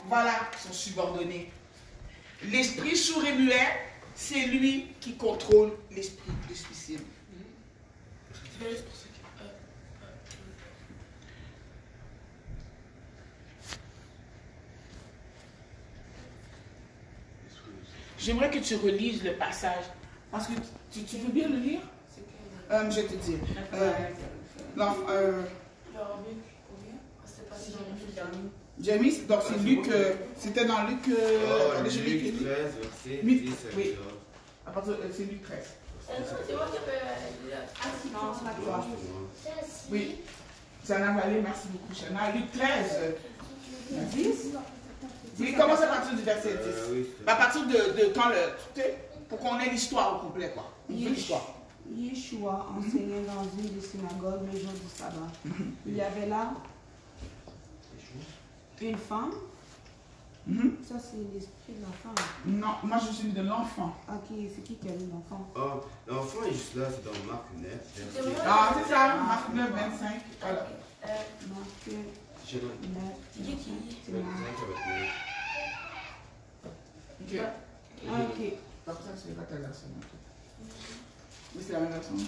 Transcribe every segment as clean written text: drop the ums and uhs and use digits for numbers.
voilà, sont subordonnés. L'esprit sourd et muet, c'est lui qui contrôle l'esprit de suicide. J'aimerais que tu relises le passage. Parce que tu veux bien le lire? Je vais te dire. Jérémie, donc c'est Luc, c'était dans Luc. Luc 13, verset 10. Oui. À partir c'est Luc 13. C'est moi qui peux. Non, c'est pas toi. Oui. Ça en a valé, merci beaucoup, Chana. Luc 13. 10. Oui, commence à partir du verset 10. À partir de quand le. Pour qu'on ait l'histoire au complet, quoi. L'histoire. Yeshua enseignait dans une des synagogues le jour du sabbat. Il y avait là une femme. Ça, c'est l'esprit de la femme. Non, moi je suis de l'enfant. Ok, c'est qui a eu l'enfant? Oh, l'enfant est juste là, c'est dans Marc 9. Ah, c'est ça, Marc 9, 25. Voilà. Marc 9. C'est moi. Ok. Ah, ok. Par ça, c'est pas ta version. Oui, c'est la même version.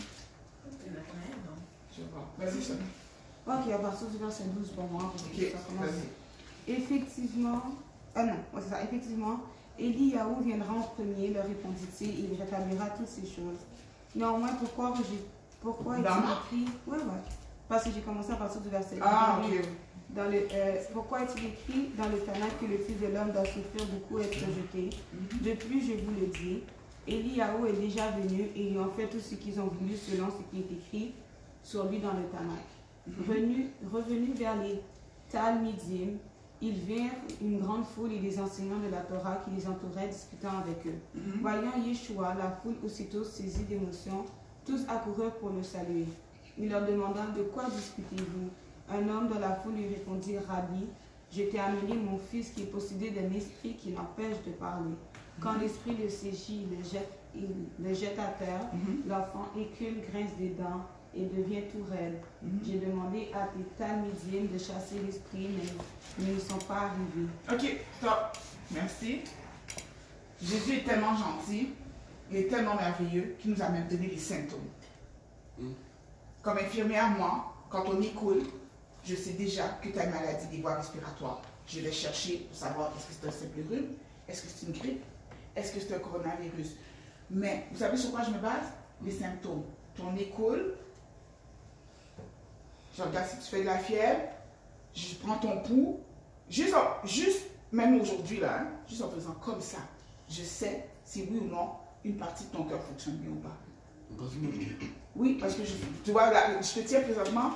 Je vois. Vas-y, Chana. Ok, à partir du verset 12 pour moi. Parce que Ok, ça commence. vas-y. Effectivement, c'est ça, effectivement, Eliyahu viendra en premier, leur répondit-il, et il rétablira toutes ces choses. Néanmoins, pourquoi est-il écrit? Ouais. Parce que j'ai commencé à partir du verset 1. Ah, ok. Pourquoi est-il écrit dans le Tanakh que le Fils de l'homme doit souffrir beaucoup et être rejeté? Depuis, je vous le dis, Eliyahu est déjà venu et ils ont fait tout ce qu'ils ont voulu selon ce qui est écrit sur lui dans le Tanakh. Revenu vers les Talmidim, ils virent une grande foule et des enseignants de la Torah qui les entouraient discutant avec eux. Voyant Yeshua, la foule aussitôt saisie d'émotion, tous accoururent pour le saluer. Il leur demanda de quoi discutez-vous. Un homme dans la foule lui répondit, Rabbi, je t'ai amené mon fils qui est possédé d'un esprit qui l'empêche de parler. Quand l'esprit le saisit, il le jette à terre, l'enfant écume, grince des dents et devient tout raide. J'ai demandé à tes talmidim de chasser l'esprit, mais ils ne sont pas arrivés. Ok, stop. Merci. Jésus est tellement gentil, il est tellement merveilleux qu'il nous a même donné les symptômes. Comme infirmière, moi, quand on écoule, je sais déjà que tu as une maladie des voies respiratoires. Je vais chercher pour savoir est-ce que c'est un simple rhume, est-ce que c'est une grippe, est-ce que c'est un coronavirus. Mais vous savez sur quoi je me base? Les symptômes. Ton écoule, je regarde si tu fais de la fièvre, je prends ton pouls, juste même aujourd'hui, là, juste en faisant comme ça, je sais si oui ou non une partie de ton cœur fonctionne bien ou pas. Oui, parce que tu vois, là, je te tiens présentement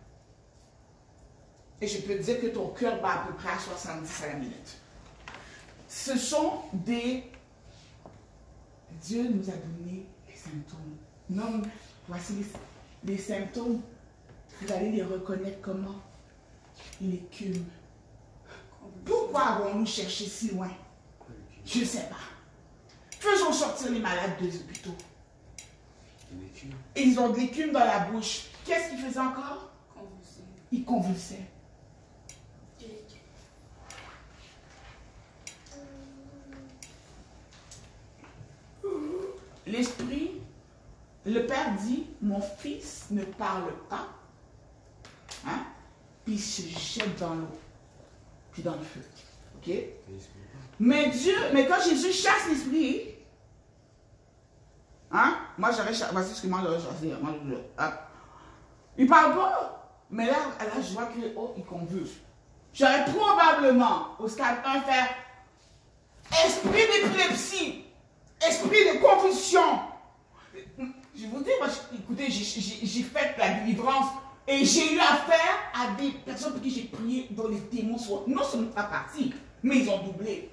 et je peux te dire que ton cœur bat à peu près à 70 à la minute. Ce sont des... Dieu nous a donné les symptômes. Non, voici les symptômes. Vous allez les reconnaître comment? Il écume. Pourquoi avons-nous cherché si loin? Je ne sais pas. Faisons sortir les malades des hôpitaux. Et ils ont de l'écume dans la bouche. Qu'est-ce qu'ils faisaient encore? Ils convulsaient. L'esprit, le Père dit, mon fils ne parle pas, hein, puis il se jette dans l'eau, puis dans le feu. Ok? Mais quand Jésus chasse l'esprit, hein, moi j'avais chassé, voici ce que moi j'avais chassé, il parle pas, mais là je vois que, il convulse. J'aurais probablement, au stade 1, faire esprit d'épilepsie. Esprit de convulsion. Je vous dis, moi, écoutez, j'ai fait la délivrance et j'ai eu affaire à des personnes pour qui j'ai prié dont les démons sont non seulement pas partis, mais ils ont doublé.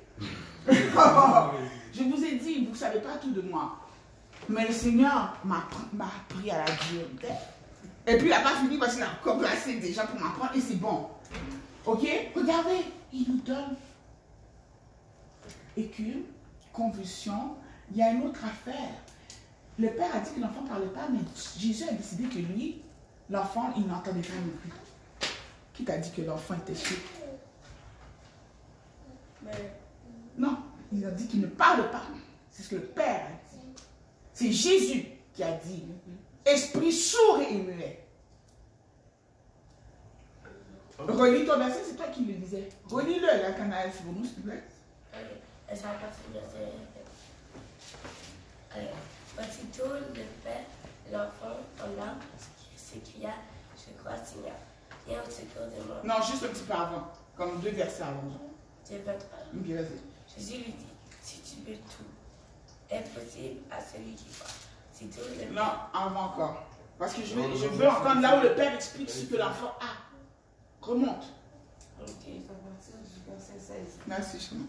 Je vous ai dit, vous ne savez pas tout de moi. Mais le Seigneur m'a appris à la dure. Et puis il n'a pas fini parce qu'il a encore placé des gens pour m'apprendre et c'est bon. Ok? Regardez, il nous donne écume, convulsion. Il y a une autre affaire. Le père a dit que l'enfant ne parlait pas, mais Jésus a décidé que lui, l'enfant, il n'entendait pas non plus. Qui t'a dit que l'enfant était sourd? Non, il a dit qu'il ne parle pas. C'est ce que le Père a dit. C'est Jésus qui a dit esprit sourd et muet. Relis ton verset, c'est toi qui le disais. Relis-le, la canal, c'est pour nous, s'il te plaît. Et ça va partir de verset. Aussitôt le père, l'enfant en larmes s'écria, je crois, Seigneur, viens au secours de moi. Non, juste un petit peu avant, comme 2 versets avant. C'est 23. Ok, vas-y. Jésus lui dit, si tu veux, tout est possible à celui qui croit. Si tout le Non, avant encore. Parce que je veux entendre là où le Père explique ce que l'enfant a. Remonte. Ok. Ça va partir du verset 16. Merci, Chemin.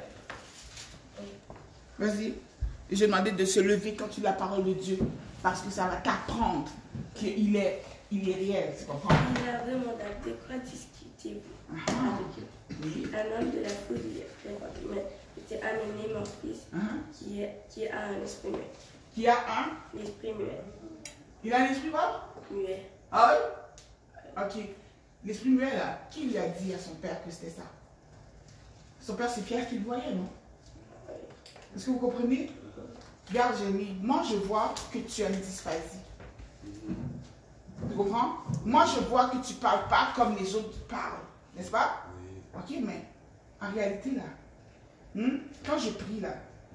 Vas-y. Et je demandais de se lever quand tu la parole de Dieu. Parce que ça va t'apprendre qu'il est réel. Tu comprends? Il leur demanda de quoi discutez-vous avec eux. Oui. Un homme de la foule était amené, mon fils, qui a un esprit muet. Qui a un? L'esprit muet. Il a un esprit quoi? Muet. Ah oui? Ok. L'esprit muet là, qui lui a dit à son père que c'était ça? Son père c'est fier qu'il voyait, non? Est-ce que vous comprenez? Regarde, Jérémie, moi je vois que tu as une dysphasie. Tu comprends? Moi je vois que tu ne parles pas comme les autres parlent. N'est-ce pas? Oui. Ok, mais en réalité là, quand je prie là,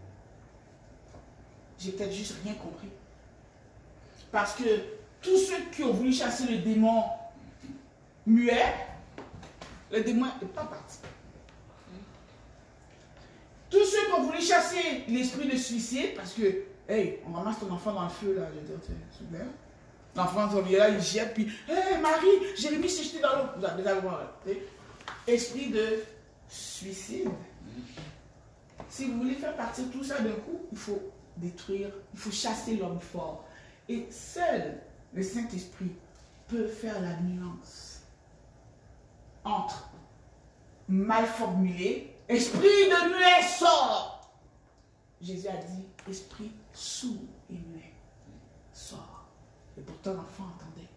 j'ai peut-être juste rien compris. Parce que tous ceux qui ont voulu chasser le démon muet, le démon n'est pas parti. Tous ceux qui ont voulu chasser l'esprit de suicide, parce que, hey, on ramasse ton enfant dans le feu, là, je veux dire, c'est clair. L'enfant, il est là, il jette, puis, hey, Marie, Jérémie s'est jeté dans l'eau. Esprit de suicide. Si vous voulez faire partir tout ça d'un coup, il faut détruire, il faut chasser l'homme fort. Et seul le Saint-Esprit peut faire la nuance entre mal formulé, esprit de muet sort. Jésus a dit, esprit sourd et muet sort. Et pourtant l'enfant entendait.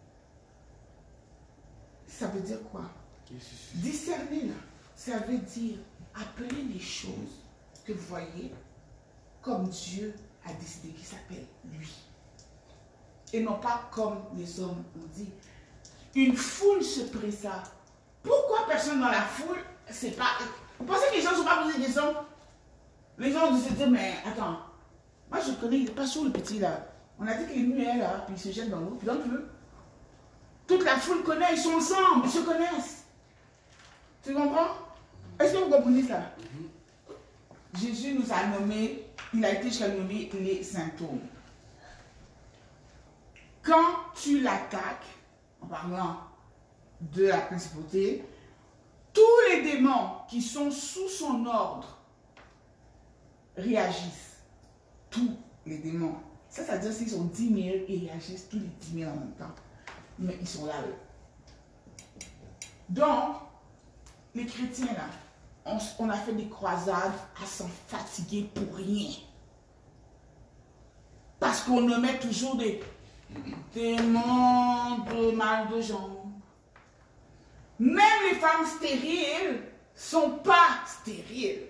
Ça veut dire quoi? Discerner là, ça veut dire appeler les choses que vous voyez comme Dieu a décidé qu'il s'appelle lui. Et non pas comme les hommes ont dit. Une foule se pressa. Pourquoi personne dans la foule, c'est pas... Vous pensez que les gens ne sont pas posés des questions? Les gens se disent, mais attends, moi je connais, il n'est pas chaud le petit là. On a dit qu'il est muet là, puis il se jette dans l'eau, puis dans le feu. Toute la foule connaît, ils sont ensemble, ils se connaissent. Tu comprends? Est-ce que vous comprenez ça? Jésus nous a nommé, il a été jusqu'à nommer les symptômes. Quand tu l'attaques, en parlant de la principauté, tous les démons qui sont sous son ordre réagissent. Tous les démons. Ça veut dire qu'ils sont 10 000 et ils réagissent tous les 10 000 en même temps. Mais ils sont là, eux. Donc, les chrétiens, là, on a fait des croisades à s'en fatiguer pour rien. Parce qu'on nommait toujours des démons de mal de jambes. Même les femmes stériles ne sont pas stériles.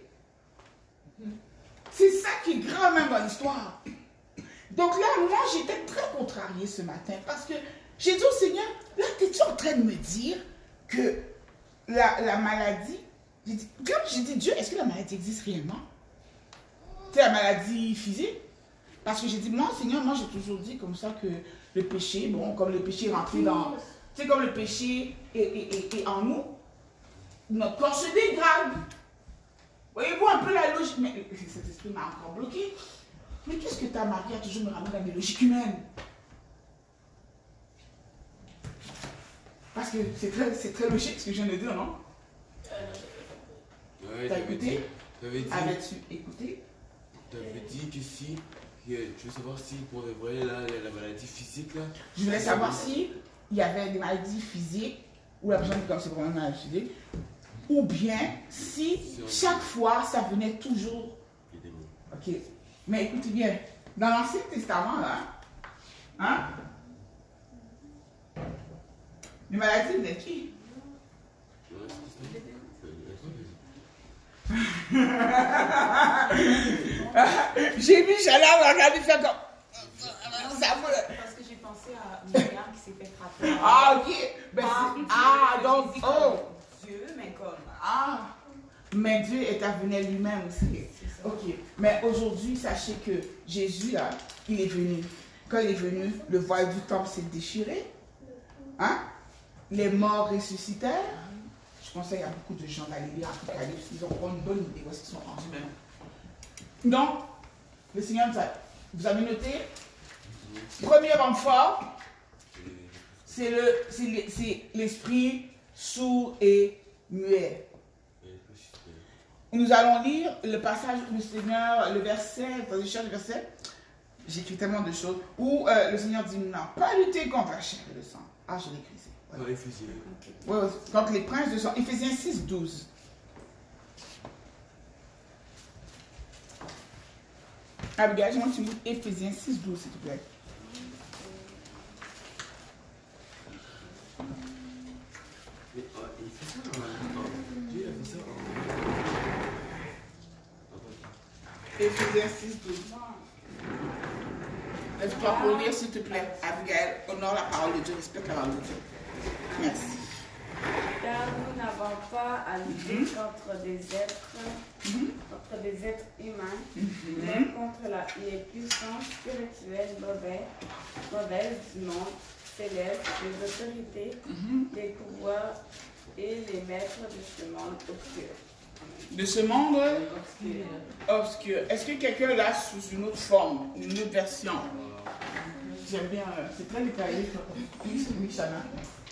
C'est ça qui est grave même dans l'histoire. Donc là, moi, j'étais très contrariée ce matin parce que j'ai dit au Seigneur, là, t'es-tu en train de me dire que la maladie, j'ai dit, Dieu, est-ce que la maladie existe réellement? C'est la maladie physique? Parce que j'ai dit, moi, Seigneur, moi, j'ai toujours dit comme ça que le péché, bon, comme le péché est rentré dans... C'est comme le péché est en nous, notre corps se dégrade. Voyez-vous un peu la logique? Mais cet esprit m'a encore bloqué. Mais qu'est-ce que ta Marie a toujours me ramené dans des logiques humaines? Parce que c'est très logique ce que je viens de dire, non? Ouais, T'as écouté? Avais-tu écouté? Tu avais dit que si, tu veux savoir si pour de vrai, là, la maladie physique, là... Je voulais savoir si il y avait des maladies physiques, ou la personne comme c'est vraiment une maladie physique, ou bien si chaque fois ça venait toujours. Les démons. Ok. Mais écoutez bien, dans l'Ancien Testament, là, hein, les maladies venaient de qui? J'ai vu Chala regarder faire comme. Ça me... Parce que j'ai pensé à Myriam qui s'est fait frapper. Ah, ok. Ben, donc, oh. Dieu, mais comme. Ah, mais Dieu est venu lui-même aussi. Ok, mais aujourd'hui, sachez que Jésus, là, il est venu. Quand il est venu, le voile du temple s'est déchiré. Hein? Les morts ressuscitèrent. Je conseille à beaucoup de gens d'aller lire Apocalypse. Ils auront une bonne idée où est-ce qu'ils sont rendus même. Donc, le Seigneur nous a... Vous avez noté? Premier homme fort, c'est l'esprit sourd et muet. Nous allons lire le passage où le Seigneur, le verset, attendez, je cherche le verset, j'écris tellement de choses, où le Seigneur dit non, pas lutter contre la chair et le sang. Ah, je l'ai écrit. Dans Éphésiens. Ouais, contre les princes de sang. Éphésiens 6, 12. Abigail, je veux que tu lis Éphésiens 6, 12, s'il te plaît. Mais il fait ça Dieu a fait ça Éphésiens 6, 12. Lève-toi pour lire, s'il te plaît. Abigail, honore la parole de Dieu, respecte la parole de Dieu. Merci. Car nous n'avons pas à lutter contre des êtres humains, mais contre les puissances spirituelles mauvaises du monde céleste, les autorités, les pouvoirs et les maîtres de ce monde obscur. De ce monde obscur. Est-ce que quelqu'un l'a sous une autre forme, une autre version? J'aime bien, c'est très détaillé. Oui, Chana.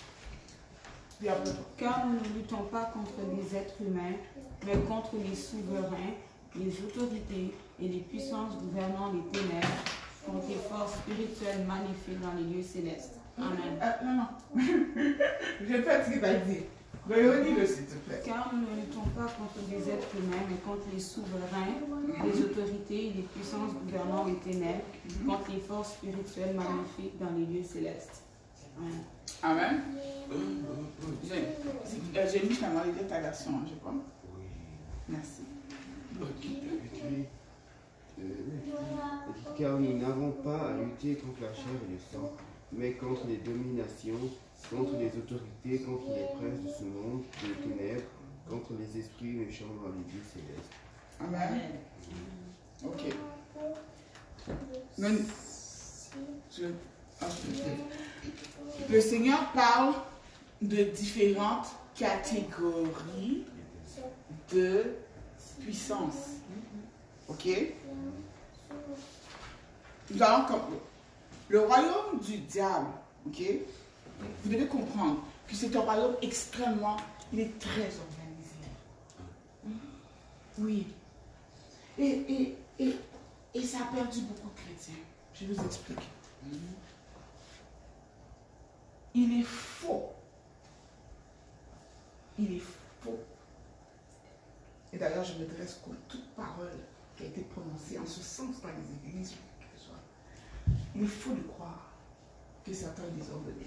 Car nous ne luttons pas contre les êtres humains, mais contre les souverains, les autorités et les puissances gouvernant les ténèbres, contre les forces spirituelles magnifiques dans les lieux célestes. Amen. Non. Je ne sais pas ce qu'il va dire. Relis-le, s'il te plaît. Car nous ne luttons pas contre des êtres humains, mais contre les souverains, les autorités et les puissances gouvernant les ténèbres, contre les forces spirituelles magnifiques dans les lieux célestes. Amen. Amen. J'ai mis finalement les ta version, je crois. Oui. Merci. Car nous n'avons pas à lutter contre la chair et le sang, mais contre les dominations, contre les autorités, contre les princes de ce monde, des ténèbres, contre les esprits méchants dans les lieux célestes. Amen. Ok. Le Seigneur parle de différentes catégories de puissance. Ok? Nous allons comme le royaume du diable. Ok? Vous devez comprendre que c'est un royaume extrêmement, il est très organisé. Oui. Et ça a perdu beaucoup de chrétiens. Je vous explique. Il est faux. Il est faux. Et d'ailleurs, je me dresse contre toute parole qui a été prononcée en ce sens dans les églises. Il est faux de croire que Satan est désordonné.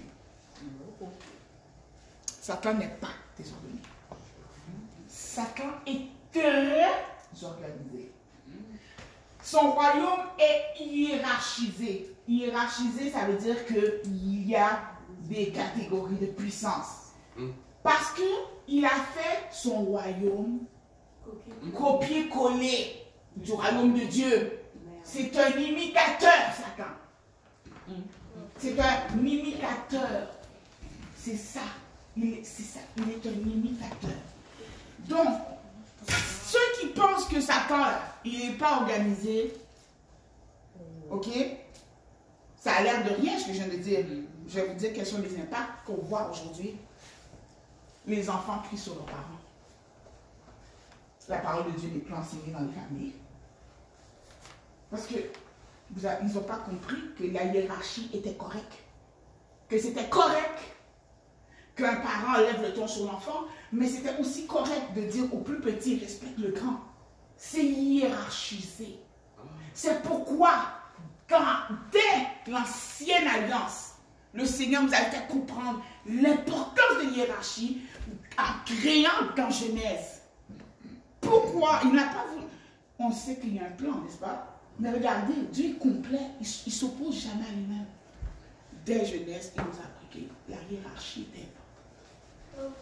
Satan n'est pas désordonné. Satan est très organisé. Son royaume est hiérarchisé. Hiérarchisé, ça veut dire qu'il y a des catégories de puissance. Parce qu'il a fait son royaume copier-coller du royaume de Dieu. C'est un imitateur, Satan. C'est un imitateur. C'est ça. C'est ça. Il est un imitateur. Donc, ceux qui pensent que Satan, il n'est pas organisé, ok? Ça a l'air de rien ce que je viens de dire. Je vais vous dire quels sont les impacts qu'on voit aujourd'hui. Les enfants crient sur leurs parents. La parole de Dieu n'est plus enseignée dans les familles. Parce que ils n'ont pas compris que la hiérarchie était correcte. Que c'était correct qu'un parent lève le ton sur l'enfant, mais c'était aussi correct de dire au plus petit, respecte le grand. C'est hiérarchisé. C'est pourquoi, dès l'ancienne alliance, le Seigneur nous a fait comprendre l'importance de l'hiérarchie en créant dans Genèse. Pour pourquoi il n'a pas voulu. On sait qu'il y a un plan, n'est-ce pas? Mais regardez, Dieu est complet. Il ne s'oppose jamais à lui-même. Dès jeunesse, il nous a appris que la hiérarchie est importante.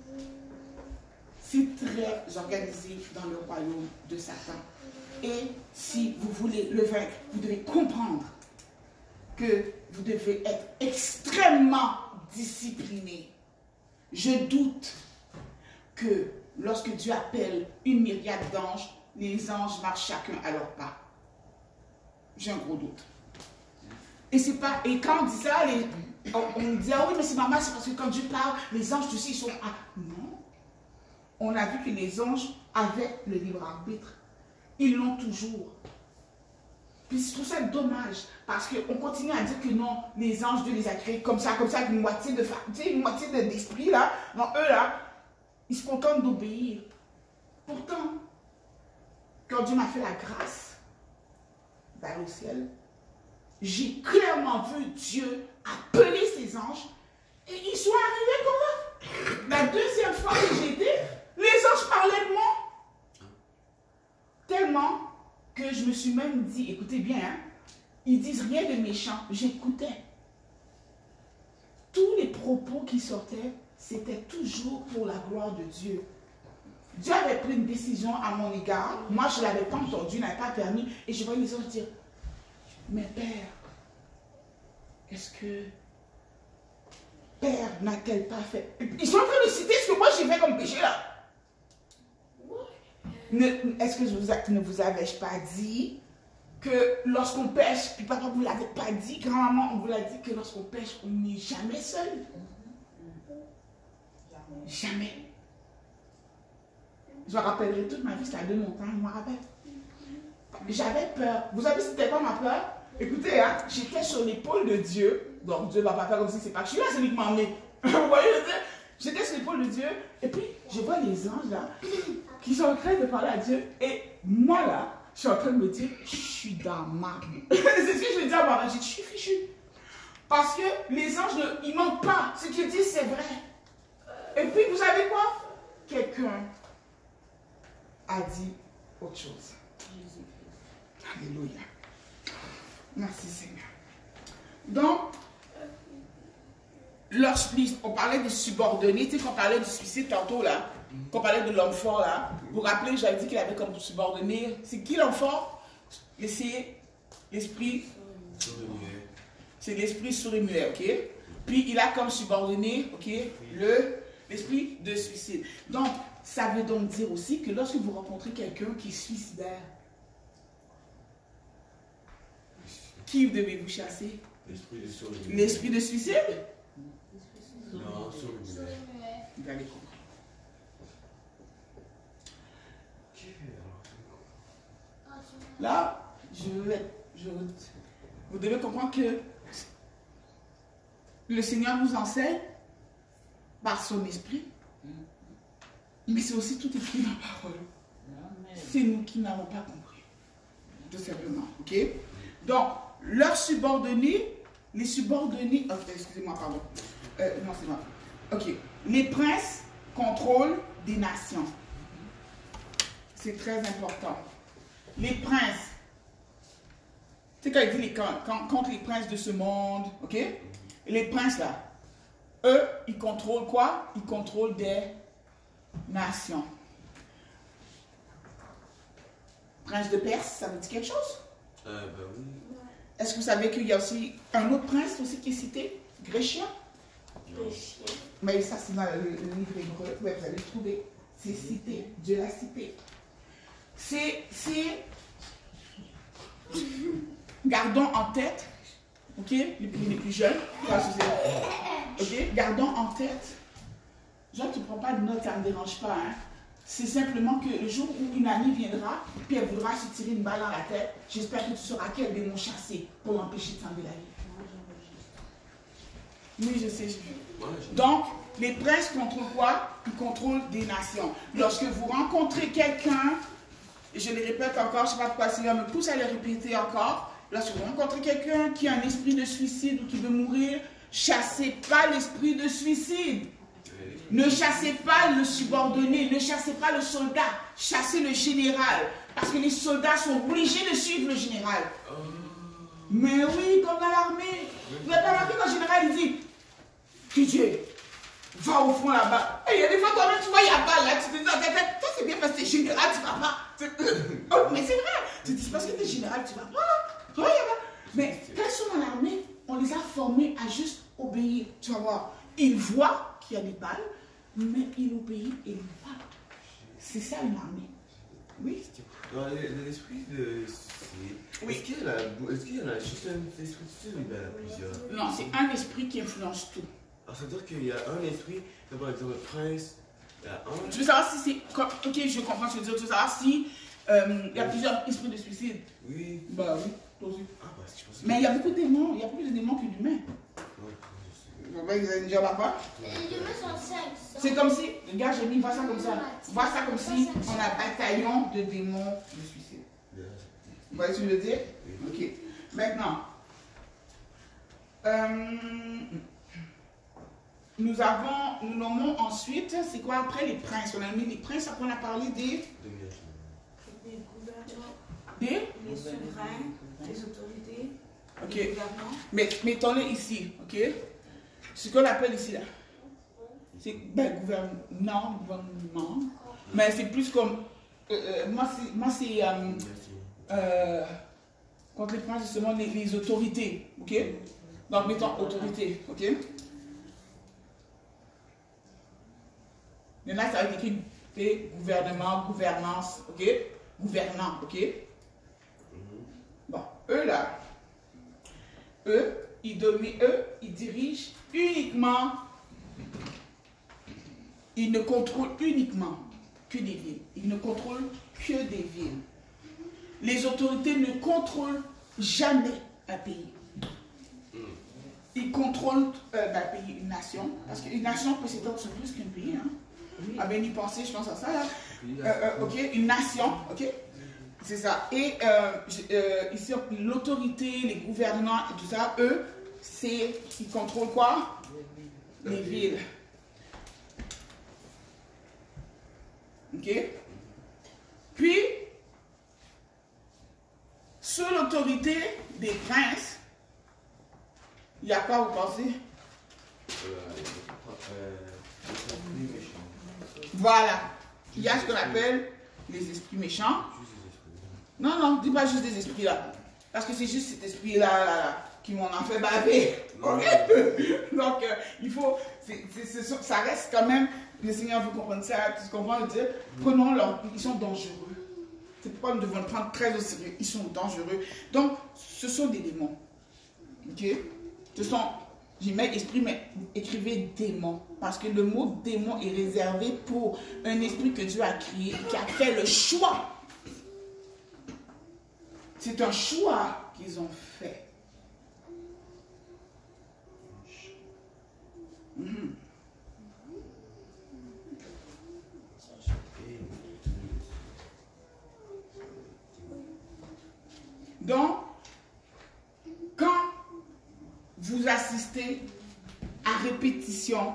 C'est très organisé dans le royaume de Satan. Et si vous voulez le vaincre, vous devez comprendre que vous devez être extrêmement discipliné. Je doute que lorsque Dieu appelle une myriade d'anges, les anges marchent chacun à leur pas. J'ai un gros doute. Et c'est pas. Et quand on dit ça, on dit ah oui, mais c'est normal, c'est parce que quand Dieu parle, les anges aussi sont. Ah, non. On a vu que les anges avaient le libre arbitre. Ils l'ont toujours. Puis je trouve ça dommage parce qu'on continue à dire que non, les anges, Dieu les a créés comme ça, avec une moitié de une moitié d'esprit là. Non, eux là, ils se contentent d'obéir. Pourtant, quand Dieu m'a fait la grâce d'aller au ciel, j'ai clairement vu Dieu appeler ses anges et ils sont arrivés comme ça. La deuxième fois que j'ai été, les anges parlaient de moi. Tellement que je me suis même dit, écoutez bien, hein, ils disent rien de méchant. J'écoutais. Tous les propos qui sortaient, c'était toujours pour la gloire de Dieu. Dieu avait pris une décision à mon égard. Moi, je ne l'avais pas entendu, n'avais pas permis. Et je voyais les anges dire, mais Père, est-ce que Père n'a-t-elle pas fait? Ils sont en train de citer ce que moi j'ai fait comme péché là. Est-ce que ne vous avais-je pas dit que lorsqu'on pêche, puis papa vous l'avez pas dit, grand-maman on vous l'a dit que lorsqu'on pêche, on n'est jamais seul. Jamais. Je me rappellerai toute ma vie, c'était à 2 montagnes, je me rappelle. J'avais peur. Vous savez c'était quoi ma peur? Écoutez, hein, j'étais sur l'épaule de Dieu. Donc Dieu ne va pas faire comme si c'est pas que je suis là, c'est lui qui m'a emmené. Vous voyez, j'étais sur l'épaule de Dieu. Et puis, je vois les anges là, qui sont en train de parler à Dieu. Et moi là, je suis en train de me dire, je suis dans ma... c'est ce que je dis à moi, je suis fichu. Parce que les anges, ils ne mentent pas. Ce qu'ils disent, c'est vrai. Et puis, vous savez quoi? Quelqu'un a dit autre chose. Alléluia. Merci Seigneur. Donc, on parlait des subordonnés, tu sais qu'on parlait du suicide tantôt là, qu'on parlait de l'homme fort là. Vous vous rappelez, j'avais dit qu'il avait comme subordonné. C'est qui l'homme fort? C'est l'esprit. C'est l'esprit sourd et muet, ok? Puis il a comme subordonné, ok, l'esprit de suicide. Donc, ça veut donc dire aussi que lorsque vous rencontrez quelqu'un qui est suicidaire, qui devez-vous chasser? L'esprit de suicide? Non, sourd et muet. Vous allez comprendre. Là, vous devez comprendre que le Seigneur nous enseigne par son esprit, mais c'est aussi tout écrit dans la parole. C'est nous qui n'avons pas compris, tout simplement, ok? Donc, leurs subordonnés, les subordonnés, oh, excusez-moi, pardon, non, c'est moi, ok, les princes contrôlent des nations, c'est très important. Les princes, tu sais quand il dit contre les princes de ce monde, ok? Les princes là, eux, ils contrôlent quoi? Ils contrôlent des nations. Prince de Perse, ça vous dit quelque chose? Ben oui. Est-ce que vous savez qu'il y a aussi un autre prince aussi qui est cité? Gréchien? Gréchien. Mais ça c'est dans le livre hébreu, ouais, vous allez le trouver. C'est cité, Dieu l'a cité. C'est... Gardons en tête, ok, les plus jeunes, ok, gardons en tête, genre tu ne prends pas de notes, ça ne me dérange pas, hein. C'est simplement que le jour où une amie viendra, puis elle voudra se tirer une balle dans la tête, j'espère que tu sauras quel démon chasser pour l'empêcher de s'enlever la vie. Oui, je sais. Donc, les princes contrôlent quoi? Ils contrôlent des nations. Lorsque vous rencontrez quelqu'un, et je le répète encore, je ne sais pas pourquoi le Seigneur me pousse à le répéter encore, lorsque vous rencontrez quelqu'un qui a un esprit de suicide ou qui veut mourir, chassez pas l'esprit de suicide. Ne chassez pas le subordonné, ne chassez pas le soldat, chassez le général. Parce que les soldats sont obligés de suivre le général. Mais oui, comme dans l'armée. Vous avez remarqué quand le général il dit, DJ, va au fond là-bas. Et il y a des fois, toi-même, tu vois, il y a pas là. Tu te dis, toi, c'est bien parce que t'es général, tu vas pas. Oh, mais c'est vrai. Tu te dis, parce que t'es général, tu vas pas. Oui, mais quand ils sont dans l'armée, on les a formés à juste obéir. Tu vas voir. Ils voient qu'il y a des balles, mais ils obéissent et ils vont. C'est ça une armée. Oui. Dans l'esprit de... Oui. Est-ce qu'il y en a juste un esprit de il y en a plusieurs? Non, c'est un esprit qui influence tout. Alors, ça veut dire qu'il y a un esprit, par exemple, le prince, il y a un... Tu veux savoir si c'est... Ok, je comprends ce que tu veux dire. Tu veux savoir si il y a plusieurs esprits de suicide? Oui. Bah oui, toi aussi. Ah, bah, je pense que... Mais il y a beaucoup de démons. Il y a plus de démons que d'humains. Vous allez dire là-bas? Les humains sont 5. C'est comme si... Regarde, j'ai mis, vois ça comme ça. Vois ça comme si on a un bataillon de démons de suicide. Vous voyez ce que je veux dire? Ok. Maintenant, nous nommons ensuite, c'est quoi après les princes? On a mis les princes, après on a parlé des gouvernements, des les souverains, les autorités, ok. les gouvernants. Mais mettons-les ici, ok? Ce qu'on appelle ici là, c'est gouvernement, mais c'est plus comme moi c'est contre les princes justement les autorités, ok? Donc mettons autorité, ok? Il y en a ça va être écrit gouvernement, gouvernance, ok? Gouvernant, ok? Bon, eux là, ils dirigent uniquement, ils ne contrôlent uniquement que des villes. Ils ne contrôlent que des villes. Les autorités ne contrôlent jamais un pays. Ils contrôlent un pays, une nation, parce qu'une nation peut s'étendre sur plus qu'un pays. Hein. Ah ben, y penser, je pense à ça là. Ok, une nation, ok? C'est ça. Et ici, l'autorité, les gouvernants et tout ça, eux, ils contrôlent quoi? Les villes. Ok? Puis, sous l'autorité des princes, il y a quoi, vous pensez? Voilà. Il y a ce qu'on appelle les esprits méchants. Non, non, dis pas juste des esprits là. Parce que c'est juste cet esprit-là qui m'en a fait baver. Donc, il faut, ça reste quand même, le Seigneur veut comprendre ça, tu comprends le dire, prenons-leur, ils sont dangereux. C'est pourquoi nous devons le prendre très au sérieux, ils sont dangereux. Donc, ce sont des démons. Ok? Ce sont, j'y mets esprit, mais écrivez démon. Parce que le mot démon est réservé pour un esprit que Dieu a créé, qui a fait le choix. C'est un choix qu'ils ont fait. Donc, quand vous assistez à répétition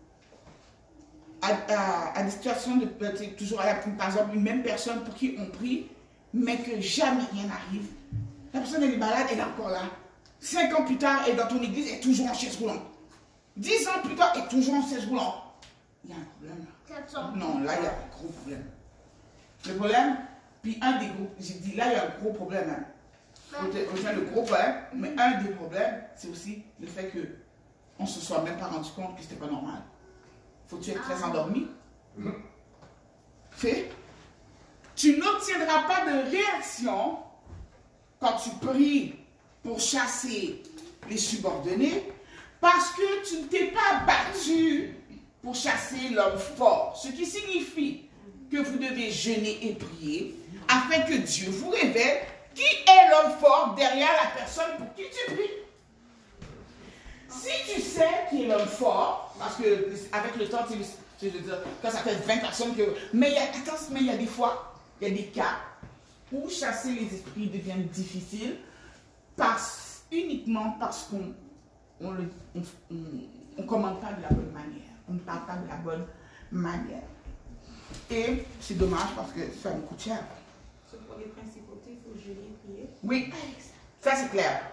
à des situations de toujours par exemple une même personne pour qui on prie, mais que jamais rien n'arrive, la personne elle est malade, elle est encore là. 5 ans plus tard, elle est dans ton église, elle est toujours en chaise roulante. 10 ans plus tard, elle est toujours en chaise roulante. Il y a un problème là. 4 ans. Non, là il y a un gros problème. Le problème, puis un des gros, j'ai dit là il y a un gros problème. Hein. On tient le gros problème, mais un des problèmes, c'est aussi le fait que on se soit même pas rendu compte que c'était pas normal. Faut-tu être très endormi? Tu n'obtiendras pas de réaction quand tu pries pour chasser les subordonnés parce que tu ne t'es pas battu pour chasser l'homme fort. Ce qui signifie que vous devez jeûner et prier afin que Dieu vous révèle qui est l'homme fort derrière la personne pour qui tu pries. Si tu sais qui est l'homme fort, parce que avec le temps, tu veux dire, quand ça fait 20 personnes que... Mais il y a des fois, il y a des cas où chasser les esprits devient difficile uniquement parce qu'on ne commande pas de la bonne manière. On ne parle pas de la bonne manière. Et c'est dommage parce que ça nous coûte cher. Pour les principautés, il faut jeûner et prier. Oui, ça c'est clair.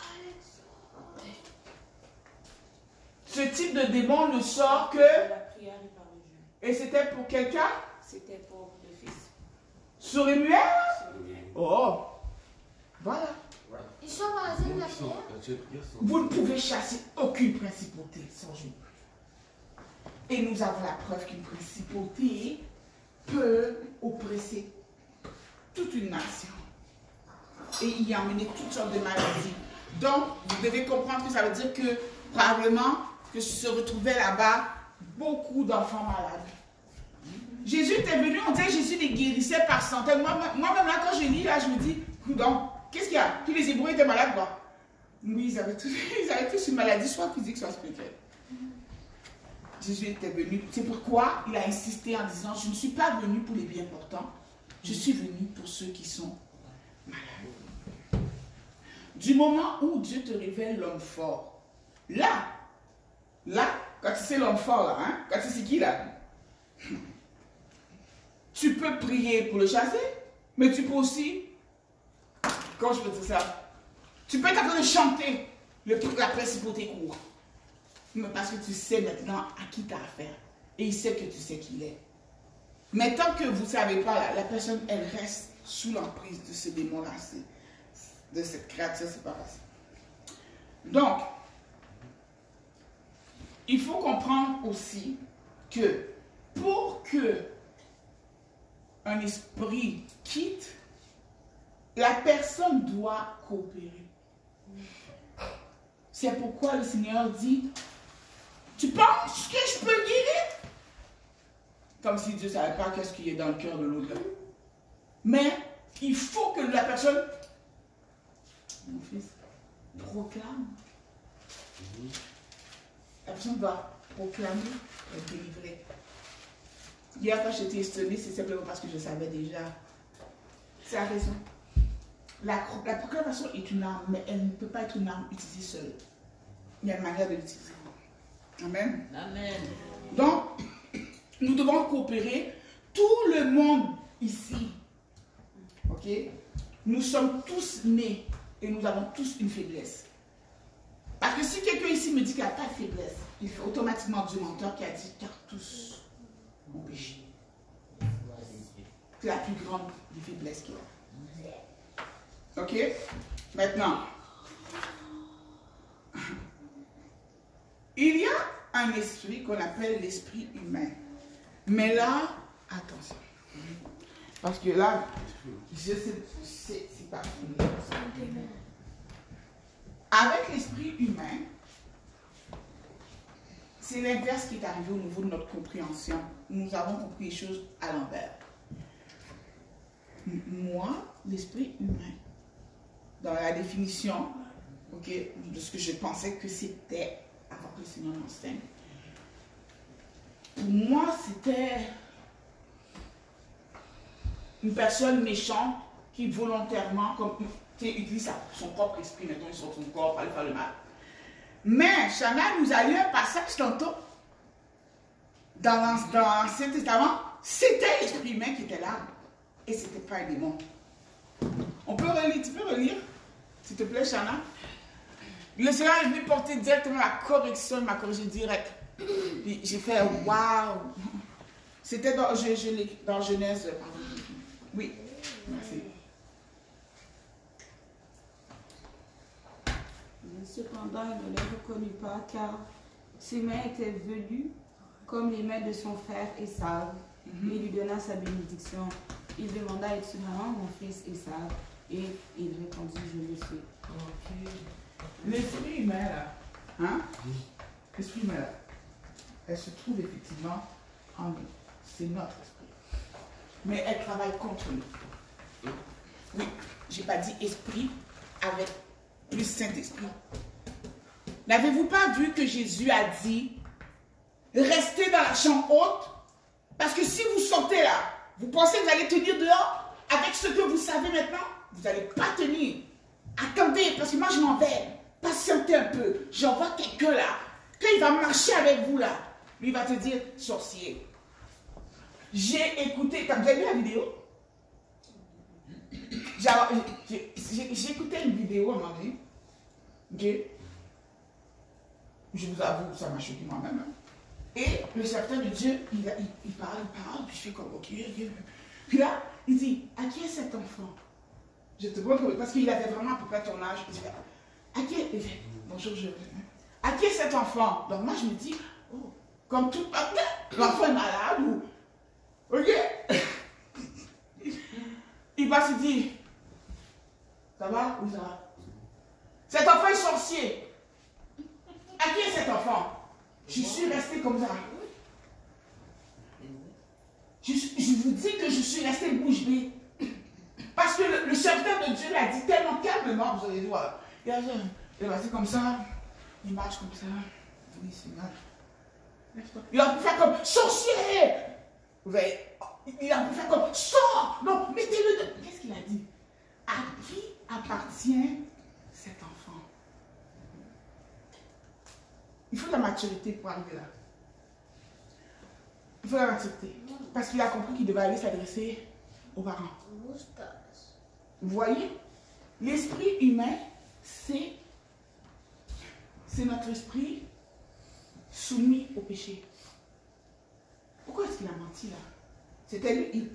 Ce type de démon ne sort que... La prière et par le jeûne. Et c'était pour quelqu'un? C'était pour le fils. Sourd-muet? Oh, voilà. Ils sont basés de la prière. Vous ne pouvez chasser aucune principauté sans jeûne. Et nous avons la preuve qu'une principauté peut oppresser toute une nation et y emmener toutes sortes de maladies. Donc, vous devez comprendre que ça veut dire que probablement que se retrouvaient là-bas beaucoup d'enfants malades. Jésus était venu, on disait Jésus les guérissait par centaines. Moi-même là, quand je lis, là, je me dis, donc, qu'est-ce qu'il y a? Tous les Hébreux étaient malades, quoi. Oui, ils avaient tous une maladie, soit physique, soit spirituelle. Jésus était venu. C'est pourquoi il a insisté en disant, je ne suis pas venu pour les bien portants, je suis venu pour ceux qui sont malades. Du moment où Dieu te révèle l'homme fort, là, quand tu sais l'homme fort, là, hein, quand tu sais qui, là, tu peux prier pour le chasser, mais tu peux aussi, comment je peux dire ça, tu peux être en train de chanter la principauté court. Mais parce que tu sais maintenant à qui tu as affaire. Et il sait que tu sais qui il est. Mais tant que vous ne savez pas, la personne, elle reste sous l'emprise de ce démon-là, de cette créature, c'est pas facile. Donc, il faut comprendre aussi que pour que un esprit quitte, la personne doit coopérer. C'est pourquoi le Seigneur dit, tu penses que je peux guérir? Comme si Dieu ne savait pas qu'est-ce qui est dans le cœur de l'autre. Mais il faut que la personne, mon fils, proclame. La personne doit proclamer et délivrer. Hier, quand j'étais étonnée, c'est simplement parce que je savais déjà. C'est la raison. La proclamation est une arme, mais elle ne peut pas être une arme utilisée seule. Il y a une manière de l'utiliser. Amen. Amen. Donc, nous devons coopérer. Tout le monde ici, ok, nous sommes tous nés et nous avons tous une faiblesse. Parce que si quelqu'un ici me dit qu'il n'y a pas de faiblesse, il fait automatiquement Dieu menteur qui a dit car tous ont péché. C'est la plus grande des faiblesses qu'il a. Ok? Maintenant, il y a un esprit qu'on appelle l'esprit humain. Mais là, attention. Parce que là, je sais, c'est pas fini. Avec l'esprit humain, c'est l'inverse qui est arrivé au niveau de notre compréhension. Nous avons compris les choses à l'envers. Moi, l'esprit humain, dans la définition, ok, de ce que je pensais que c'était avant que le Seigneur m'enseigne, pour moi, c'était une personne méchante qui volontairement, comme utilise son propre esprit, maintenant il sort son corps pour aller faire le mal. Mais Chana nous a lu un passage tantôt dans l'Ancien Testament, c'était l'esprit humain qui était là. Et ce n'était pas un démon. On peut relire, tu peux relire, s'il te plaît, Chana. Le Seigneur est venu porter directement la correction, il m'a corrigé direct. Puis j'ai fait waouh. C'était dans Genèse. Oui, merci. Cependant, il ne les reconnut pas, car ses mains étaient velues comme les mains de son frère Ésav. Il lui donna sa bénédiction. Il demanda, es-tu vraiment mon fils Ésav? Et il répondit, je le suis. Ok. L'esprit humain là, hein? L'esprit humain là, elle se trouve effectivement en nous. C'est notre esprit. Mais elle travaille contre nous. Oui, j'ai pas dit esprit avec plus Saint-Esprit. N'avez-vous pas vu que Jésus a dit, restez dans la chambre haute? Parce que si vous sortez là, vous pensez que vous allez tenir dehors avec ce que vous savez maintenant? Vous n'allez pas tenir. Attendez, parce que moi je m'en vais. Patientez un peu. J'envoie quelqu'un là. Quand il va marcher avec vous là, Lui, il va te dire sorcier. J'ai écouté, t'as déjà vu la vidéo? J'ai écouté une vidéo à un moment donné. Ok? Je vous avoue, ça m'a choqué moi-même. Hein. Et le serviteur de Dieu, il parle, puis je fais comme ok. Puis là, il dit, à qui est cet enfant? Je te vois parce qu'il avait vraiment à peu près ton âge. Il dit, à qui est... Bonjour, à qui est cet enfant? Donc moi, je me dis, oh, comme tout... L'enfant est malade ou... Ok? Il va se dire, ça va ou ça va? Cet enfant est sorcier. À qui est cet enfant? Je suis restée comme ça. Je vous dis que je suis restée bouche bée. Parce que le serviteur de Dieu l'a dit tellement calmement, vous allez voir. Il est resté comme ça. Il marche comme ça. Oui, Seigneur. Il a pu faire comme sorcier. Vous voyez? Il a pu faire comme sors. Non, mettez-le. Qu'est-ce qu'il a dit? À qui appartient cet enfant? Il faut la maturité pour arriver là. Il faut la maturité. Parce qu'il a compris qu'il devait aller s'adresser aux parents. Vous voyez? L'esprit humain, c'est notre esprit soumis au péché. Pourquoi est-ce qu'il a menti là? C'était lui.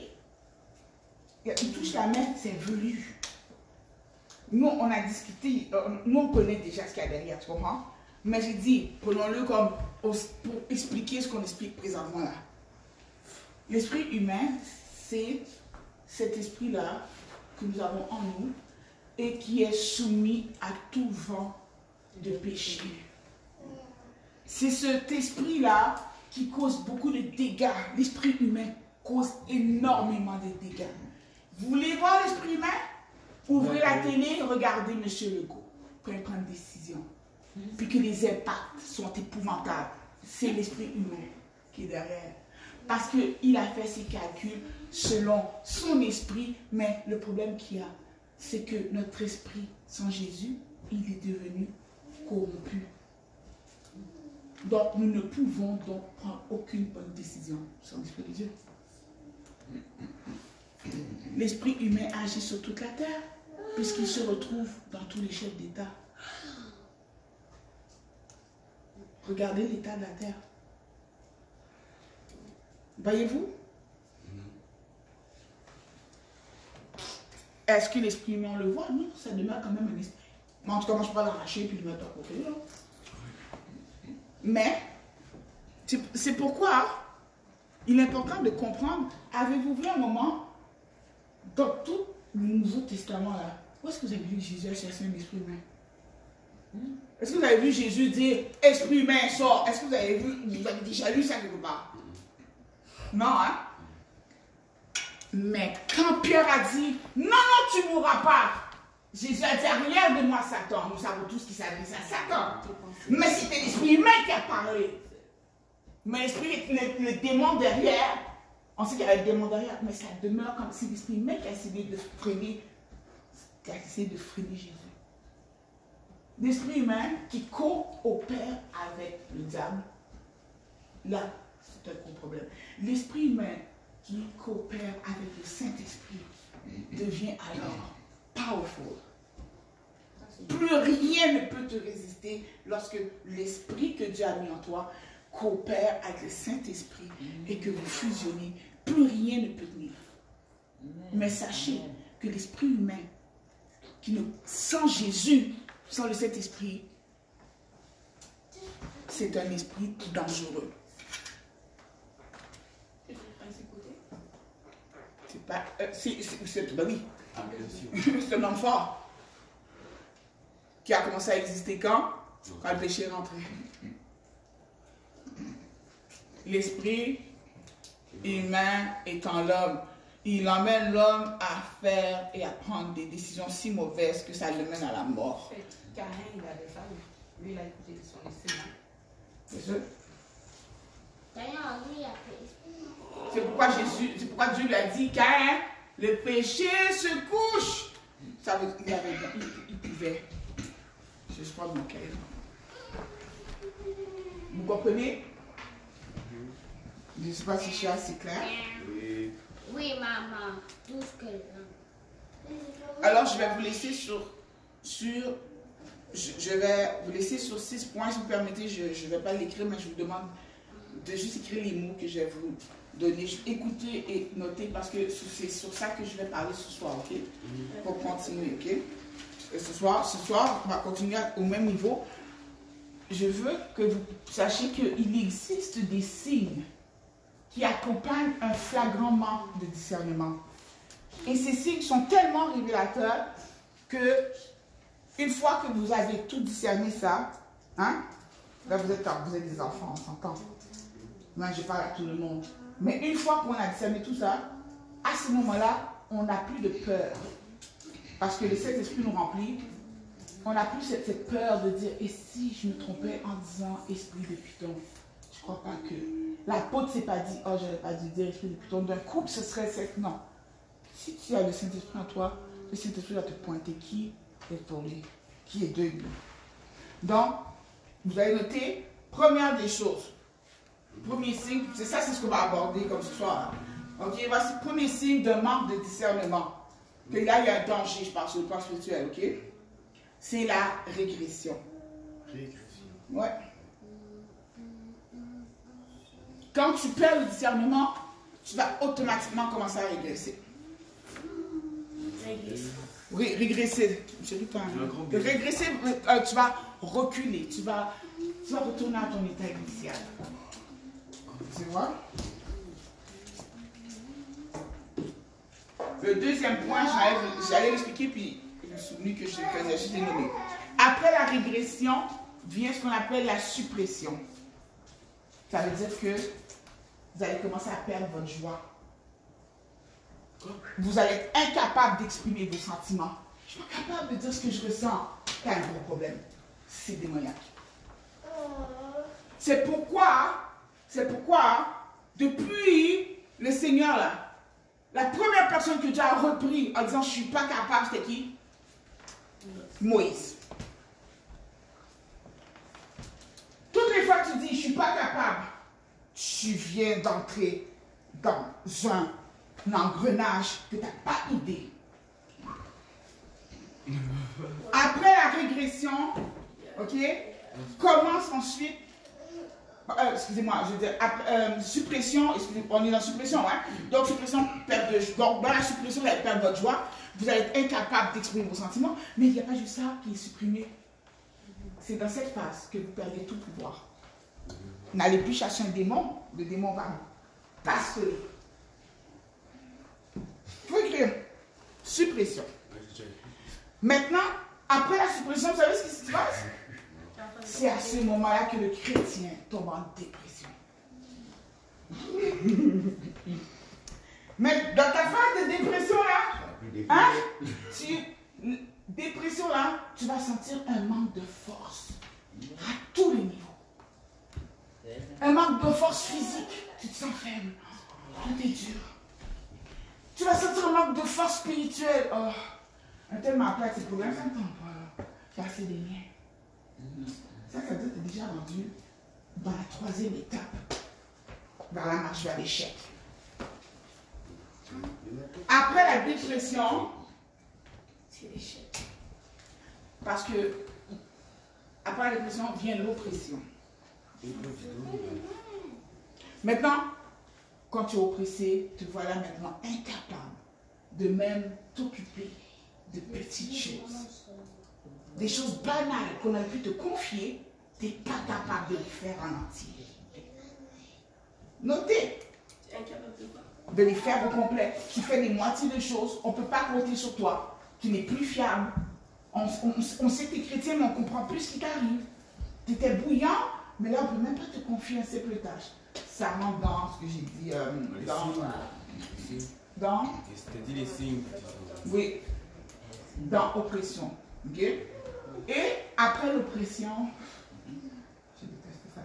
Il touche la main, c'est voulu. Nous, on a discuté, nous, on connaît déjà ce qu'il y a derrière, tu comprends? Mais j'ai dit, prenons-le comme pour expliquer ce qu'on explique présentement là. L'esprit humain, c'est cet esprit-là que nous avons en nous et qui est soumis à tout vent de péché. C'est cet esprit-là qui cause beaucoup de dégâts. L'esprit humain cause énormément de dégâts. Vous voulez voir l'esprit humain? Ouvrez la télé, regardez M. Legault. Pour prendre une décision. Puis que les impacts sont épouvantables. C'est l'esprit humain qui est derrière. Parce qu'il a fait ses calculs selon son esprit, mais le problème qu'il y a, c'est que notre esprit, sans Jésus, il est devenu corrompu. Donc, nous ne pouvons donc prendre aucune bonne décision sans l'esprit de Dieu. L'esprit humain agit sur toute la terre, puisqu'il se retrouve dans tous les chefs d'État. Regardez l'état de la terre. Voyez-vous? Est-ce que l'esprit humain, on le voit? Non, ça demeure quand même un esprit. Mais en tout cas, moi, je ne peux pas l'arracher puis le mettre à côté. Là. Mais, c'est pourquoi il est important de comprendre, avez-vous vu un moment, dans tout le Nouveau Testament, là, où est-ce que vous avez vu Jésus chercher un esprit humain? Est-ce que vous avez vu Jésus dire, esprit humain sort? Est-ce que vous avez déjà lu ça quelque part? Non, hein? Mais quand Pierre a dit, non, tu ne mourras pas, Jésus a dit, arrière de moi, Satan. Nous savons tous qui s'adresse à Satan. Mais c'était l'esprit humain qui a parlé. Mais l'esprit, le démon derrière, on sait qu'il y a le démon derrière, mais ça demeure comme si l'esprit humain qui a essayé de freiner Jésus. L'esprit humain qui coopère avec le diable, là, c'est un gros problème. L'esprit humain qui coopère avec le Saint-Esprit devient alors powerful. Plus rien ne peut te résister lorsque l'esprit que Dieu a mis en toi coopère avec le Saint-Esprit et que vous fusionnez. Plus rien ne peut tenir. Mais sachez que l'esprit humain, sans Jésus, sans le Saint-Esprit, c'est un esprit dangereux. C'est pas... ben oui. C'est un homme fort. Qui a commencé à exister quand? Quand le péché est rentré. L'esprit humain étant l'homme, il emmène l'homme à faire et à prendre des décisions si mauvaises que ça le mène à la mort. Caïn, il avait ça. Lui, il a écouté son esprit. C'est ça? D'ailleurs, lui, il a fait. C'est pourquoi Dieu lui a dit, Caïn, le péché se couche. Ça veut dire, il pouvait. Je crois mon cahier. Vous comprenez? Je ne sais pas si je suis assez claire. Oui. Oui, maman. Tout ce que je Alors, je vais vous laisser je vais vous laisser sur 6 points. Si vous permettez, je ne vais pas l'écrire, mais je vous demande de juste écrire les mots que je vais vous donner. Écoutez et notez parce que c'est sur ça que je vais parler ce soir, ok? Pour continuer, ok? Et ce soir, on va continuer au même niveau. Je veux que vous sachiez qu'il existe des signes qui accompagnent un flagrant manque de discernement. Et ces signes sont tellement révélateurs que une fois que vous avez tout discerné ça, hein, là vous êtes des enfants, on s'entend. Moi je parle à tout le monde. Mais une fois qu'on a discerné tout ça, à ce moment-là, on n'a plus de peur. Parce que le Saint-Esprit nous remplit. On n'a plus cette peur de dire, et si je me trompais en disant esprit de Python? Je ne crois pas que l'apôtre ne s'est pas dit, oh, je n'aurais pas dû dire esprit de Python. D'un coup, ce serait cette. Non. Si tu as le Saint-Esprit en toi, le Saint-Esprit va te pointer qui est tombé, qui est debout. Donc, vous allez noter, première des choses, premier signe, c'est ça, c'est ce qu'on va aborder comme ce soir. Ok, voici le premier signe d'un manque de discernement. Que là, il y a un danger, je parle sur le plan spirituel, ok? C'est la régression. Ouais. Quand tu perds le discernement, tu vas automatiquement commencer à régresser. Oui, régresser. Régresser, tu vas reculer, tu vas retourner à ton état initial. Tu vois? Le deuxième point, j'allais l'expliquer, puis je me suis souvenu que je faisais juste les nommer. Après la régression, vient ce qu'on appelle la suppression. Ça veut dire que vous allez commencer à perdre votre joie. Vous allez être incapable d'exprimer vos sentiments. Je ne suis pas capable de dire ce que je ressens. Tu as un gros problème. C'est démoniaque. C'est pourquoi, depuis le Seigneur, là, la première personne que Dieu a repris en disant je ne suis pas capable, c'était qui? Moïse. Toutes les fois que tu dis je ne suis pas capable, tu viens d'entrer dans un engrenage que tu n'as pas idée. Après la régression, ok, commence ensuite, excusez-moi, je veux dire, suppression, on est dans suppression, hein? Donc suppression, perte de joie. Donc dans la suppression, vous allez perdre votre joie, vous allez être incapable d'exprimer vos sentiments, mais il n'y a pas juste ça qui est supprimé. C'est dans cette phase que vous perdez tout pouvoir. N'allez plus chercher un démon, le démon va passer. Il faut écrire suppression. Maintenant, après la suppression, vous savez ce qui se passe? C'est à ce moment-là que le chrétien tombe en dépression. Mais dans ta phase de dépression là, hein, dépression là, tu vas sentir un manque de force à tous les niveaux. Un manque de force physique, tu te sens faible, tout est dur. Tu vas sentir un manque de force spirituelle. Oh, un tel m'appelle ses problèmes, ça ne t'en pas. Casser des liens. Ça veut dire que tu es déjà rendu dans la troisième étape, dans la marche vers l'échec. Après la dépression, c'est l'échec. Parce que après la dépression vient l'oppression. Maintenant, quand tu es oppressé, te voilà maintenant incapable de même t'occuper de petites choses. Des choses banales qu'on a pu te confier, tu n'es pas capable de les faire en entier. Notez. De les faire au complet. Tu fais des moitiés de choses, on ne peut pas compter sur toi. Tu n'es plus fiable. On sait que tu es chrétien, mais on ne comprend plus ce qui t'arrive. Tu étais bouillant, mais là, on ne peut même pas te confier un simple tâche. Ça rentre dans ce que j'ai dit. C'était dit les signes. Oui. Dans oppression. Ok? Et après l'oppression, je déteste ça.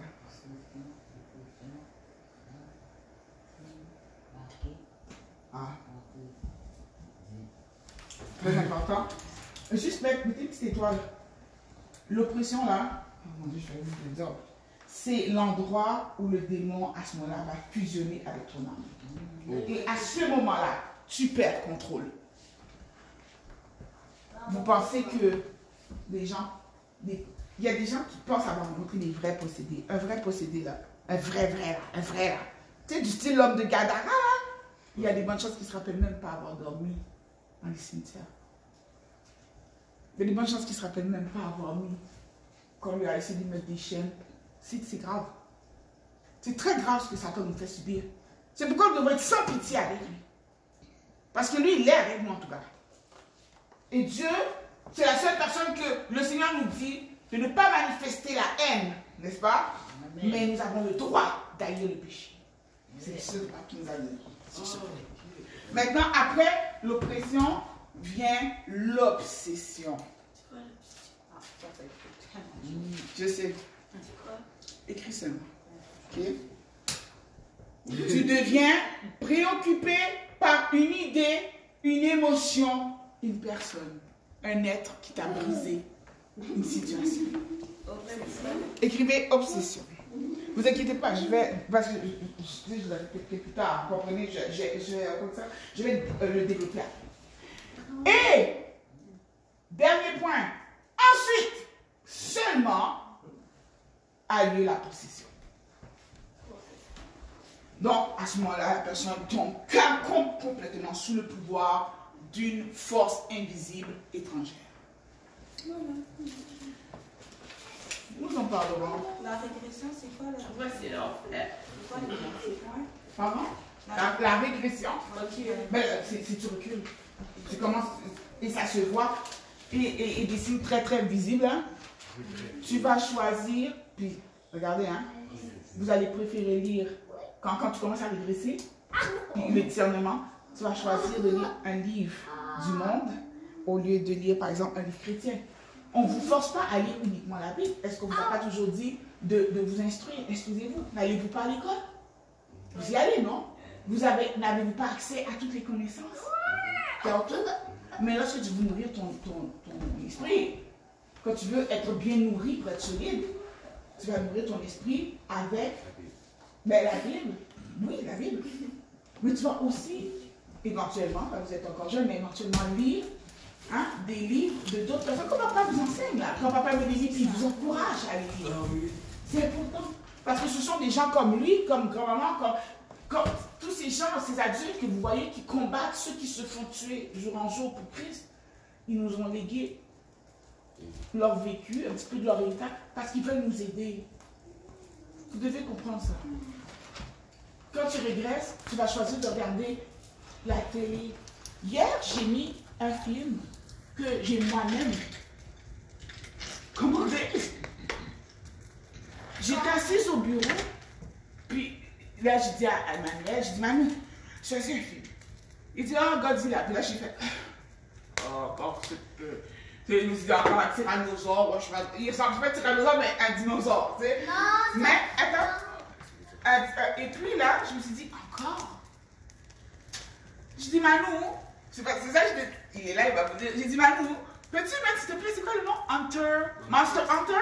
Ah. Très important. Juste mettez une petite étoile. L'oppression là, oh mon Dieu, je vais vous le dire. c'est l'endroit où le démon, à ce moment-là, va fusionner avec ton âme. Et à ce moment-là, tu perds contrôle. Vous pensez que les gens, il y a des gens qui pensent avoir rencontré des vrais possédés. Un vrai possédé là, un vrai là. Tu sais, du style l'homme de Gadara là. Il y a des bonnes choses qui ne se rappellent même pas avoir dormi dans les cimetières. Il y a des bonnes choses qui ne se rappellent même pas avoir mis. Quand on lui a essayé de mettre des chaînes. C'est grave. C'est très grave ce que Satan nous fait subir. C'est pourquoi on devrait être sans pitié avec lui. Parce que lui, il est avec nous en tout cas. Et Dieu, c'est la seule personne que le Seigneur nous dit de ne pas manifester la haine, n'est-ce pas? Amen. Mais nous avons le droit d'haïr le péché. C'est ce qui nous a donné. Maintenant, après l'oppression, vient l'obsession. Je sais. Écris seulement. Ok? Tu deviens préoccupé par une idée, une émotion, une personne, un être qui t'a brisé, une situation. Écrivez obsession. Vous inquiétez pas, je vais, parce que je vais répéter plus tard, vous comprenez, je vais le développer après. Et, dernier point, ensuite, seulement a lieu la possession. Donc, à ce moment-là, la personne tombe complètement sous le pouvoir d'une force invisible étrangère. Nous en parlerons. La régression, c'est quoi la Voici l'enfer. Pardon? La régression. Ben, c'est tu recules. Tu commences, et ça se voit, et des signes très très visibles. Hein. Tu vas choisir, puis regardez, hein, vous allez préférer lire, quand tu commences à régresser, puis le discernement, tu vas choisir de lire un livre du monde au lieu de lire par exemple un livre chrétien. On ne vous force pas à lire uniquement la Bible. Est-ce qu'on ne vous a pas toujours dit de vous instruire? Excusez-vous, n'allez-vous pas à l'école? Vous y allez, non? N'avez-vous pas accès à toutes les connaissances? Mais lorsque tu veux nourrir ton esprit, quand tu veux être bien nourri pour être solide, tu vas nourrir ton esprit avec la Bible. Oui, la Bible. Mais tu vas aussi, éventuellement, quand vous êtes encore jeune, mais éventuellement lire des livres de d'autres personnes. Quand papa vous enseigne, là, quand papa me dit, il vous encourage à les lire. C'est important. Parce que ce sont des gens comme lui, comme grand-maman, comme tous ces gens, ces adultes que vous voyez qui combattent ceux qui se font tuer jour en jour pour Christ. Ils nous ont légué leur vécu, un petit peu de leur héritage, parce qu'ils veulent nous aider. Vous devez comprendre ça. Quand tu régresses, tu vas choisir de regarder la télé. Hier, j'ai mis un film que j'ai moi-même commandé. J'étais assise au bureau, puis là, je dis à Manuel, je dis, Manu, je choisis un film. Il dit, oh, Godzilla. Puis là, j'ai fait, oh, parce que... Il me dit encore un tyrannosaure, il ressemble pas à un tyrannosaure, mais un dinosaure, tu sais. Mais, attends. Et puis là, je me suis dit, encore. Je dis, Manu, c'est ça, il est là, il va vous dire. J'ai dit, Manu, peux-tu mettre, s'il te plaît, c'est quoi le nom? Monster Hunter?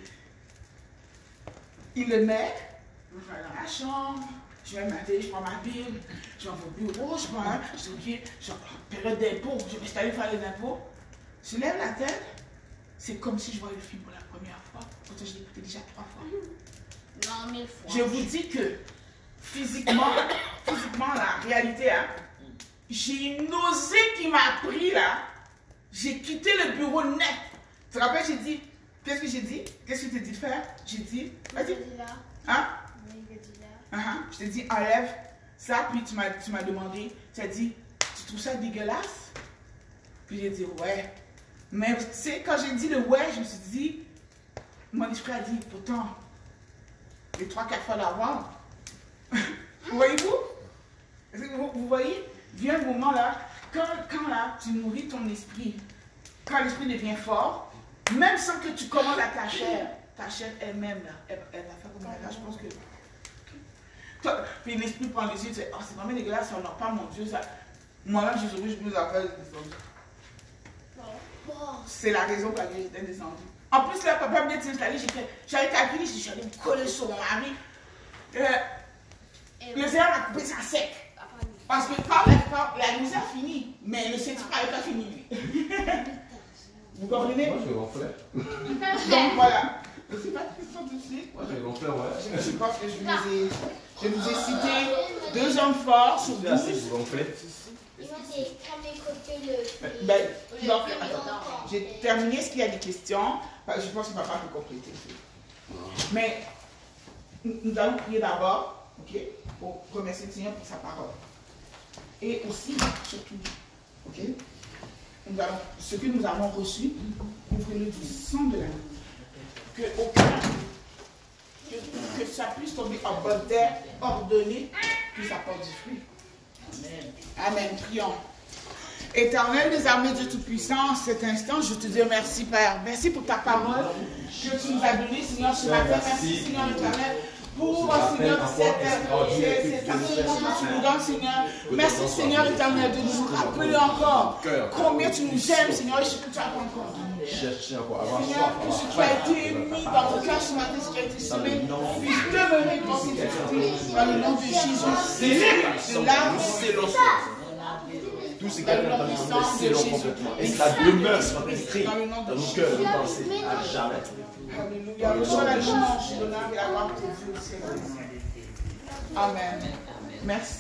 Il le met, je vais dans la chambre, je vais mater, je prends ma Bible, je vais au bureau, je prends je dis, ok, je vais période d'impôt, je vais m'installer faire les impôts. Je lève la tête, c'est comme si je voyais le film pour la première fois. Pourtant, je l'ai écouté déjà 3 fois. Non, 1000 fois. Je vous dis que physiquement, la réalité, hein, j'ai une nausée qui m'a pris là. J'ai quitté le bureau net. Tu te rappelles, j'ai dit, qu'est-ce que j'ai dit? Qu'est-ce que tu t'es dit de faire? J'ai dit, vas-y. Hein? Je t'ai dit, enlève ça, puis tu m'as demandé, tu as dit, tu trouves ça dégueulasse? Puis j'ai dit, ouais. Mais tu sais, quand j'ai dit le ouais, je me suis dit, mon esprit a dit, pourtant, les 3-4 fois d'avant, voyez-vous? Vous voyez? Vient un moment là, quand là, tu nourris ton esprit, quand l'esprit devient fort, même sans que tu commandes à ta chair elle-même, là, elle va faire comme elle là, je pense que... Puis l'esprit prend les yeux, tu sais, oh, c'est vraiment dégueulasse, ça n'honore pas mon Dieu, ça. Moi-même, je me affaires. C'est la raison pour laquelle j'étais descendue. En plus, là, papa vient de s'installer, j'avais calculé, je suis allée me coller sur mon mari. Le Seigneur m'a coupé ça sec. Parce que quand la misère finit, mais le Saint-Esprit n'avait pas fini. Vous comprenez? Moi, je ronflais. Donc voilà. Je ne sais pas ce qu'ils sont dessus. Moi, je ronflais, ouais. Je pense que je vous ai cité 2 hommes forts sur 12. Vous ronflez. Donc, j'ai terminé ce qu'il y a des questions. Je pense que papa peut compléter. Mais nous allons prier d'abord, ok, pour remercier le Seigneur pour sa parole. Et aussi, surtout, ok, ce que nous avons reçu, couvrez-le du sang de l'agneau. Que ça puisse tomber en bonne terre, ordonné, puis ça porte du fruit. Amen. Amen. Prions. Éternel des armées de Tout-Puissant, en cet instant, je te dis merci, Père. Merci pour ta parole que tu nous as donnée, Seigneur, ce matin. Merci, Seigneur éternel, pour, Seigneur, cet enseignement que tu nous donnes, Seigneur. Merci, Seigneur éternel, de nous rappeler encore combien tu nous aimes, Seigneur, et ce que tu as encore donné. Seigneur, que ce qui a été mis dans nos cœurs ce matin, ce qui a été semé, puisse demeurer dans cette vérité, dans le nom de Jésus. De là, tout ce qui a été entendu, c'est long complètement. Et ça demeure inscrit dans nos cœurs, nos pensées, à jamais. Alléluia. Reçois la louange, l'honneur et la gloire pour Dieu. Amen. Merci.